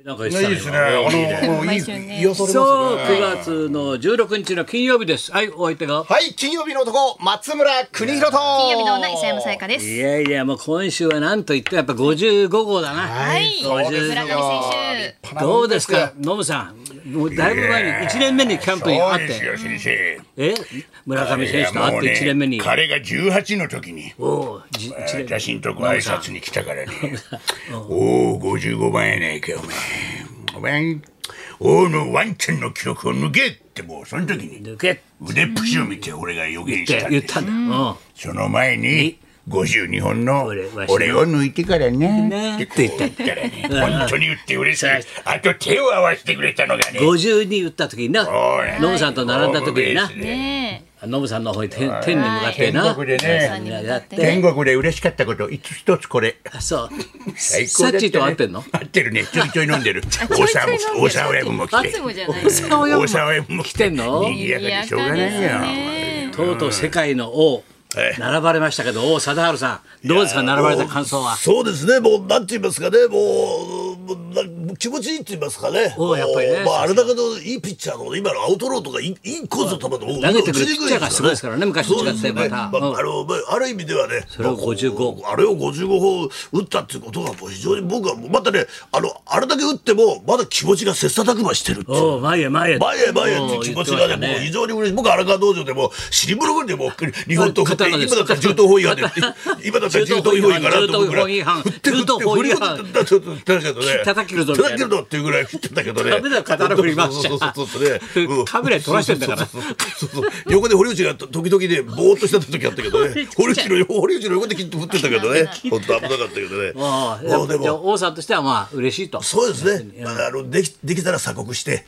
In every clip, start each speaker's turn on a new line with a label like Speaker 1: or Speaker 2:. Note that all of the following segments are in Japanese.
Speaker 1: なんか言ってた
Speaker 2: いいですね。癒されますね。
Speaker 1: そう、9月の16日の金曜日です。はい、お相手が。
Speaker 2: はい、金曜日の男、松村邦洋と。
Speaker 3: 金曜日の女、磯山さやかです。
Speaker 1: いやいや、もう今週はなんといってもやっぱ55号だな。
Speaker 3: はい、村上選手。
Speaker 1: どうですか、ノブさん。もうだいぶ前に1年目にキャンプに会って。
Speaker 4: そうですよ、先生。
Speaker 1: 村上選手と会って1年目に。
Speaker 4: 彼が18の時に、私んとこ挨拶に来たからね。おお、55番やないか、お前。王のワンちゃんの記録を抜けってもうその時に腕っぷしを見て俺が予言したん
Speaker 1: 言ったんだ。
Speaker 4: その前に52本の俺を抜いてからねって言ったからね。本当に言って嬉しい。あと手を合わせてくれたのがね、
Speaker 1: 52打った時にな、ノブさんと並んだ時にな、ノブさんの方に天に向かってな、
Speaker 4: 天国で嬉しかったこと一つこれ。
Speaker 1: そう、
Speaker 4: 最
Speaker 1: サッチーと会ってんの？
Speaker 4: 会ってるね。ちょいちょい飲んでる。大沢親分も来て、
Speaker 1: 大沢親分も来てんの？
Speaker 4: 賑やかでしょうがないよ。
Speaker 1: とうとう世界の王並ばれましたけど、王貞治さんどうですか、並ばれた感想は。
Speaker 5: そうですね、もうなんて言いますかね、もう気持ちいいって言いますかね。
Speaker 1: やっぱりね、
Speaker 5: まああれだけどいいピッチャーの今のアウトローとかインコースの球で
Speaker 1: 投げてくるピッチャーがすごいですからね、昔と違ってまた。
Speaker 5: ある意味ではね、
Speaker 1: それを55、
Speaker 5: あれを55本打ったっていうことがもう非常に僕はまたね、あれだけ打ってもまだ気持ちが切磋琢磨してるっていう。
Speaker 1: 前へ前へ
Speaker 5: っていう気持ちがね、もう非常に嬉しい。僕荒川道場でも尻ブログでも日本刀振って今だったら銃刀法違反で今だったら銃刀法違反かなと思うぐらい振って振ってちょっと言ったけどね、
Speaker 1: 叩けるぞ
Speaker 5: っていうぐらい振ってたけどね、
Speaker 1: ダメだよ、刀振り回しちゃカメラ取らしてんだから。
Speaker 5: 横で堀内が時々ねぼーっとした時あったけどね、堀内の横できっと振ってたけどね、本当危なかったけどね。
Speaker 1: でも王さんとしてはまあ嬉しいと。
Speaker 5: そうですね、できたら鎖国して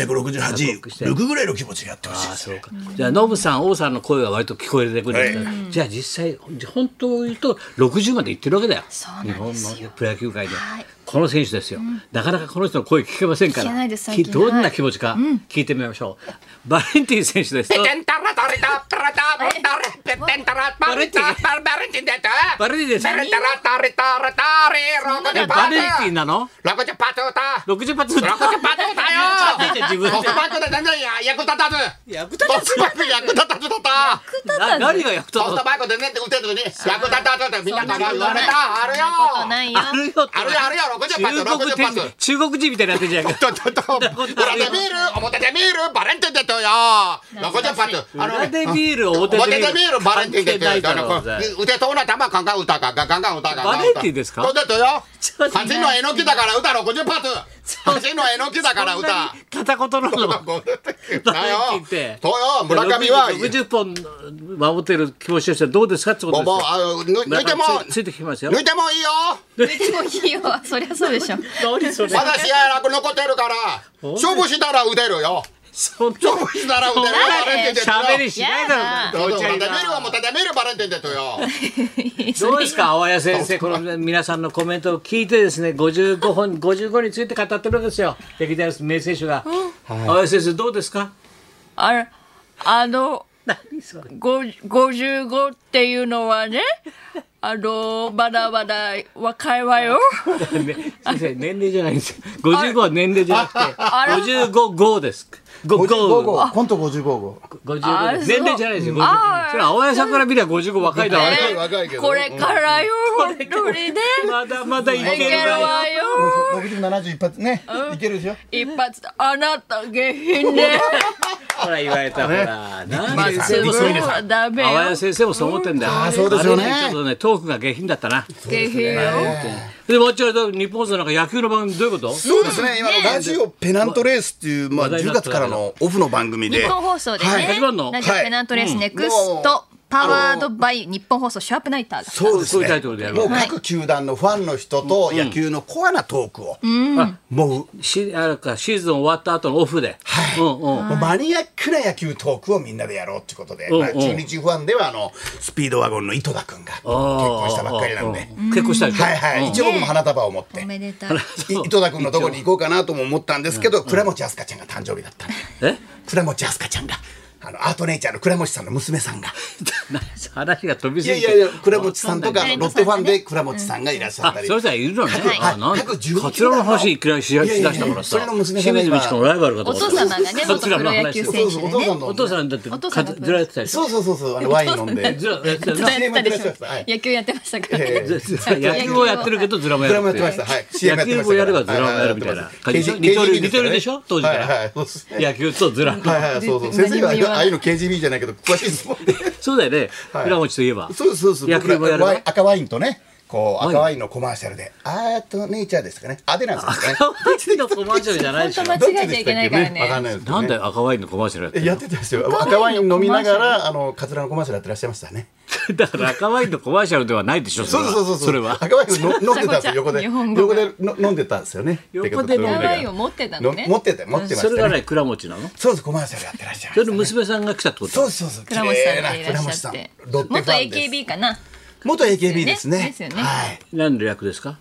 Speaker 5: 868抜くぐらいの気持ちがやってほしいですね。
Speaker 1: じゃあノブさん、王さんの声が割と聞こえてくるんですから、じゃあ実際本当を言うと60までいってるわけだよ、日本のプロ野球界で。この選手ですよ、なかなかこの人の声聞けませんから、どんな気持ちか聞いてみましょう。バレンティン選手です。バレンティンです。バレンティンなの？60発打った。60発打ったよ。自分で。ソフトバンクで全然役立たず。役立たず。何が役立たず？ソフトバンクで全然打てずに役立たずってみんなから言われた。あるよ。あるよ。60発。中国人みたいになってんじゃないか。裏でビール、表でビール、バレンティンでとよ。60発。裏でビール、表でビール、バレンティンでとよ。腕とな玉ガンガン打ったか、ガンガン打ったか。バレンティンですか？そうだとよ。8のえのきだから歌60発。8のえのきだから歌。片言のの。バレンティンって。とよ、村上は60本守ってる気持ちとしてはどうですかってことですよ。抜いてもついてきますよ。抜いてもいいよ。
Speaker 3: 抜いてもいいよ。そりゃそうでしょ。
Speaker 4: まだ試合楽残ってるから勝負したら打てるよ。勝負したら打てるよ。バレンティンでとよ。
Speaker 1: 喋りしないだろ。
Speaker 4: 表で見るバレンティンでとよ。
Speaker 1: どうですか、淡谷先生、この皆さんのコメントを聞いてですね、55について語ってるんですよ、歴代の名選手が。淡谷先生どうですか？
Speaker 6: 55っていうのはね、まだまだ若いわよ。
Speaker 1: 先生、年齢じゃないんですよ。55は年齢じゃなくて、55号です。
Speaker 2: 55号、コント55号。
Speaker 1: 55です。年齢じゃないですよ。それ淡谷さんから見れば55若いだろ。
Speaker 6: これからよ、本当にね。
Speaker 1: まだまだいける
Speaker 6: わよ。
Speaker 2: 60、70一発ね、いけるでしょ。
Speaker 6: 一発、あなた下品ね。
Speaker 1: ほら言われた、ほら。先生もそうです。淡谷先生もそう思ってんだよ。
Speaker 2: そうですよね。
Speaker 1: ちょっとね、トークが下品だったな。
Speaker 6: 下品よ。
Speaker 1: でも日本放送なんか野球の番組どういうこと？
Speaker 2: そうですね、今のラジオペナントレースっていう10月からのオフの番組で
Speaker 3: 日本放送でね、
Speaker 1: 始まるの？
Speaker 3: ラジオペナントレースネクストパワードバイ日本放送シャープナイターが。
Speaker 2: そうですね。
Speaker 1: タイトルでやる。
Speaker 2: もう各球団のファンの人と野球のコアなトークを、もう
Speaker 1: シーズン終わった後のオフで、
Speaker 2: もうマニアックな野球トークをみんなでやろうってことで、中日ファンではスピードワゴンの井戸田君が結婚したばっかりなんで、
Speaker 1: 結婚したでしょ。
Speaker 2: 一応僕も花束を持って
Speaker 3: おめでたい。
Speaker 2: 井戸田君のとこに行こうかなとも思ったんですけど、倉持明日香ちゃんが誕生日だったんで、倉持明日香ちゃんがアートネイチャーの倉持さんの娘さんが
Speaker 1: 話が飛びすぎて、
Speaker 2: いやいや倉持さんとかロッテファンで倉持さんがいらっしゃったり、
Speaker 1: それじゃいるのね。カツラの話いきなりしだしたからさ、清水美智子のライバルかと
Speaker 3: お父様がね元プロ野球選手でね。
Speaker 1: お父さんだってずらやってたでしょ。
Speaker 2: そうワイン飲んで
Speaker 3: ずらやってたでしょ。野球やってましたから。
Speaker 1: 野球をやってるけどズラもやって
Speaker 2: ました。
Speaker 1: 野球をやればズラもやるみたいな。似てるでしょ当時から。野球とズラ。
Speaker 2: 先生はああいうの KGB じゃないけど詳しいですもんね。
Speaker 1: そうだよね。倉持といえば。
Speaker 2: そう
Speaker 1: 野球もやる。
Speaker 2: 赤ワインとね。こう赤ワインのコマーシャルでアートネイチャーですかね。アデナンスですかね。
Speaker 1: 赤ワインのコマーシャルじゃないでしょ。
Speaker 3: 本当間違えちゃいけないからね。
Speaker 2: わかんないですね。
Speaker 1: なんで赤ワインのコマーシャル
Speaker 2: やってたんですよ。赤ワイン飲みながらカツラのコマーシャルやってらっしゃいましたね。
Speaker 1: だから赤ワインのコマーシャルではないでしょ。
Speaker 2: そう
Speaker 1: それは
Speaker 2: 赤ワイン飲んでたんですよ。横で飲んでたんですよね。
Speaker 3: 横で赤ワインを持ってたのね。
Speaker 2: 持ってましたね。
Speaker 1: それがね倉持なの。
Speaker 2: そうですコマーシャルやってらっしゃい。
Speaker 1: それ娘さんが来たってこと。
Speaker 2: そう
Speaker 3: 倉持さんがいらっしゃって。元 AKB かな。
Speaker 2: 元 AKB ですね。
Speaker 3: ですよね。
Speaker 2: はい。
Speaker 1: 何の役ですか。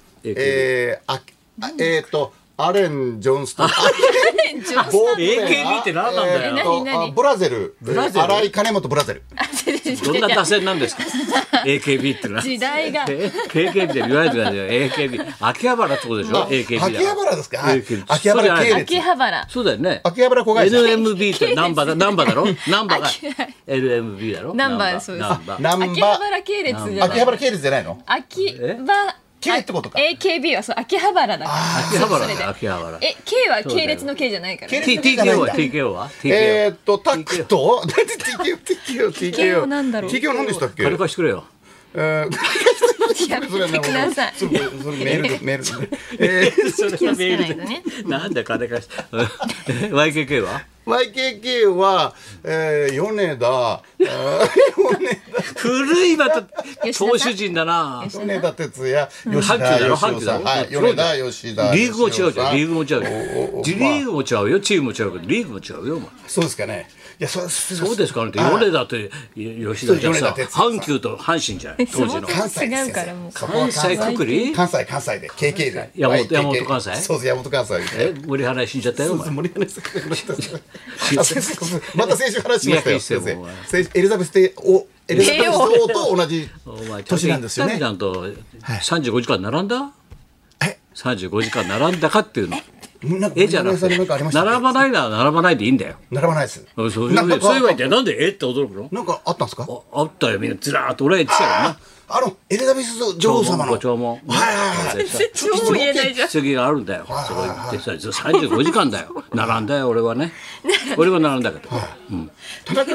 Speaker 2: アレン・ジョンストン。
Speaker 1: AKB って何なんだよ。
Speaker 2: ブラゼル。新井金本ブラゼル。
Speaker 1: どんな打線なんですか。AKB ってのは。
Speaker 3: 時代が。
Speaker 1: AKB って言われてたんだよ。AKB。秋葉原ってことでしょ。AKB。
Speaker 2: 秋葉原ですか。秋葉原系列。
Speaker 3: 秋葉原。
Speaker 1: そうだよね。
Speaker 2: 秋葉原子会社。
Speaker 1: NMB ってナンバだろ。ナンバが LMB だろ。
Speaker 3: ナンバそうです。秋
Speaker 2: 葉
Speaker 3: 原系列じゃない。
Speaker 2: 秋葉原系列じゃないの。
Speaker 3: 秋葉
Speaker 2: K ってことか。
Speaker 3: AKB はそう秋葉原だから。
Speaker 1: 秋葉原だ。秋葉原。
Speaker 3: K は系列の K じゃないから。
Speaker 1: TKO は
Speaker 2: タクト。TKO
Speaker 3: なんだろう。
Speaker 2: TKO 何でしたっけ。
Speaker 1: 金貸してくれよ。
Speaker 3: やめてください。
Speaker 2: それメールで。
Speaker 3: 気をつけないとね。
Speaker 1: なんで金貸し。YKK は
Speaker 2: ？YKK は米田
Speaker 1: 古いまた投手陣だな。
Speaker 2: 米田哲也、吉田義雄さん、米田吉田。
Speaker 1: リーグも違うじゃん。リーグも違うよ。リーグも違うよ。チームも違うけどリーグも違うよ。
Speaker 2: そうですかね。いや
Speaker 1: そうですかね。米田と吉田じゃさ、阪急と阪神じゃん。当時の
Speaker 2: 関西
Speaker 3: 違うからもう。
Speaker 1: 関西くくり？
Speaker 2: 関西で KK で。
Speaker 1: 山本関西？
Speaker 2: そうです山本関西。
Speaker 1: 森原死んじゃったよ。
Speaker 2: 森原さんまた先週話しましたよ。先生エリザベス王と同じ年なんですよね。
Speaker 1: ちゃんと35時間並んだ？35時間並んだかっていうの。じゃなくて並ばないなら並ばないでいいんだよ。
Speaker 2: 並ばないです。
Speaker 1: そう言われてなんでって驚くの？
Speaker 2: なんかあったんですか？
Speaker 1: あったよみんなずらーっと俺は言ってたよな。
Speaker 2: エリザベス女王様の
Speaker 1: ごも
Speaker 3: 超言えないじゃん。
Speaker 1: 次があるんだよ。そこ行ってさ35時間だよ。並んだよ俺はね。俺は並んだけど。
Speaker 2: 田中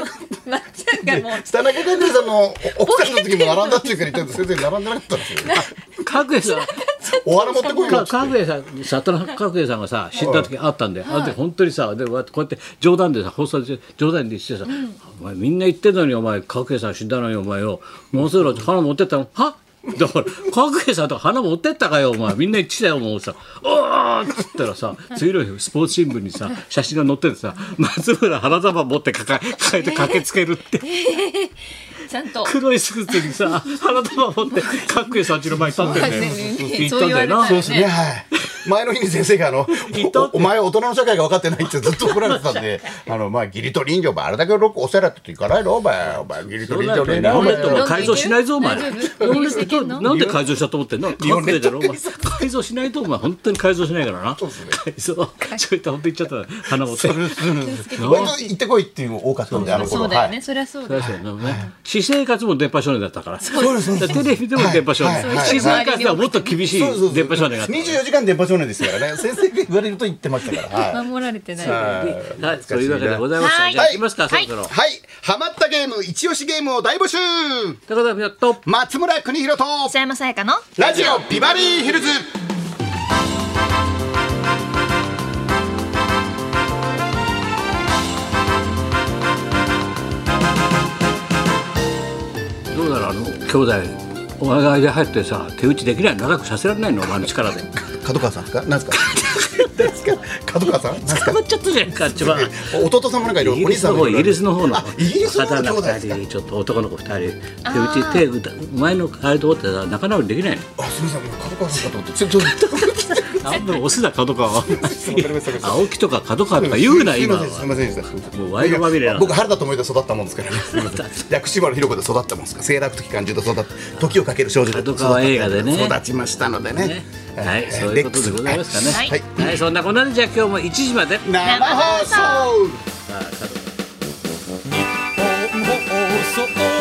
Speaker 2: 君さんの奥さんの時も並んだっていうから言ったんですけど先生並んでなかったんですよ。
Speaker 1: 角栄さん
Speaker 2: お花持ってこいよ。
Speaker 1: 角栄さんがさ死んだ時あったんだよ。あの時本当にさでこうやって冗談でさ放送で冗談でしてさお前みんな言ってんのにお前角栄さん死んだのにお前よもうすぐ花持ってったのはだから角栄さんと花持ってったかよお前みんな言ってきたよもうさおーっつったらさ次の日スポーツ新聞にさ写真が載っててさ松村花束持って抱えて駆けつけるって
Speaker 3: ちゃんと
Speaker 1: 黒いスーツにさ花束持って角栄さんちの前に立ってんだよ。言ったんだよな。
Speaker 2: そうですねはい。前の日に先生がお前大人の社会が分かってないってずっと怒られてたんで義理と人情あれだけロックお世話だっていかないのお前義理と人情ね
Speaker 1: 日本列島は改造しないぞお前。なんで改造したと思ってんの？日本列島改造しないとお前本当に改造しないからな。そういった本当言っちゃった花持って
Speaker 2: 行ってこいっていう多かったんで
Speaker 3: そうだよねそりゃそうだよ。
Speaker 1: 私生活も電波少年だったからテレビでも電波少年私生活ではもっと厳しい電波少年があった。
Speaker 2: 24時間電波少年ですからね。先生が言われると言ってましたから。
Speaker 3: 守られてない。
Speaker 1: はいそういうわけでございました。じゃあ行きますかそろそろ。
Speaker 2: はいハマったゲーム一押しゲームを大募集。
Speaker 1: 高田美と
Speaker 2: 松村邦洋と
Speaker 3: 磯山さやかの
Speaker 2: ラジオビバリーヒルズ。
Speaker 1: どうだろう兄弟お前が間入ってさ手打ちできない長くさせられないのお前の力で。
Speaker 2: 角川さんですか？なんですか？角川さん？
Speaker 1: 捕まっちゃったじゃんか一番。
Speaker 2: 弟さんもなんかいろいろ。イ
Speaker 1: ギリスの方の
Speaker 2: イギリスの方の
Speaker 1: 2人ちょっと男の子2人手打ちお前のあれと思ってさ仲直りできないの。
Speaker 2: すみません角川さんかと思って
Speaker 7: あんまりオスだ角川。青木とか角川とか言うな今は。
Speaker 2: すみませんでした。
Speaker 7: もうワイドまみれな。
Speaker 2: 僕原田知世で育ったもんですからね。薬師丸ひろ子で育ったもんですから。セーラー服期間中で育った時をかける少女で
Speaker 7: 角川映画でね
Speaker 2: 育ちましたのでね。
Speaker 7: はい、そういうことでございますかね。はい、そんなこんなでじゃあ今日も1時まで
Speaker 2: 生放送。
Speaker 8: 日本放送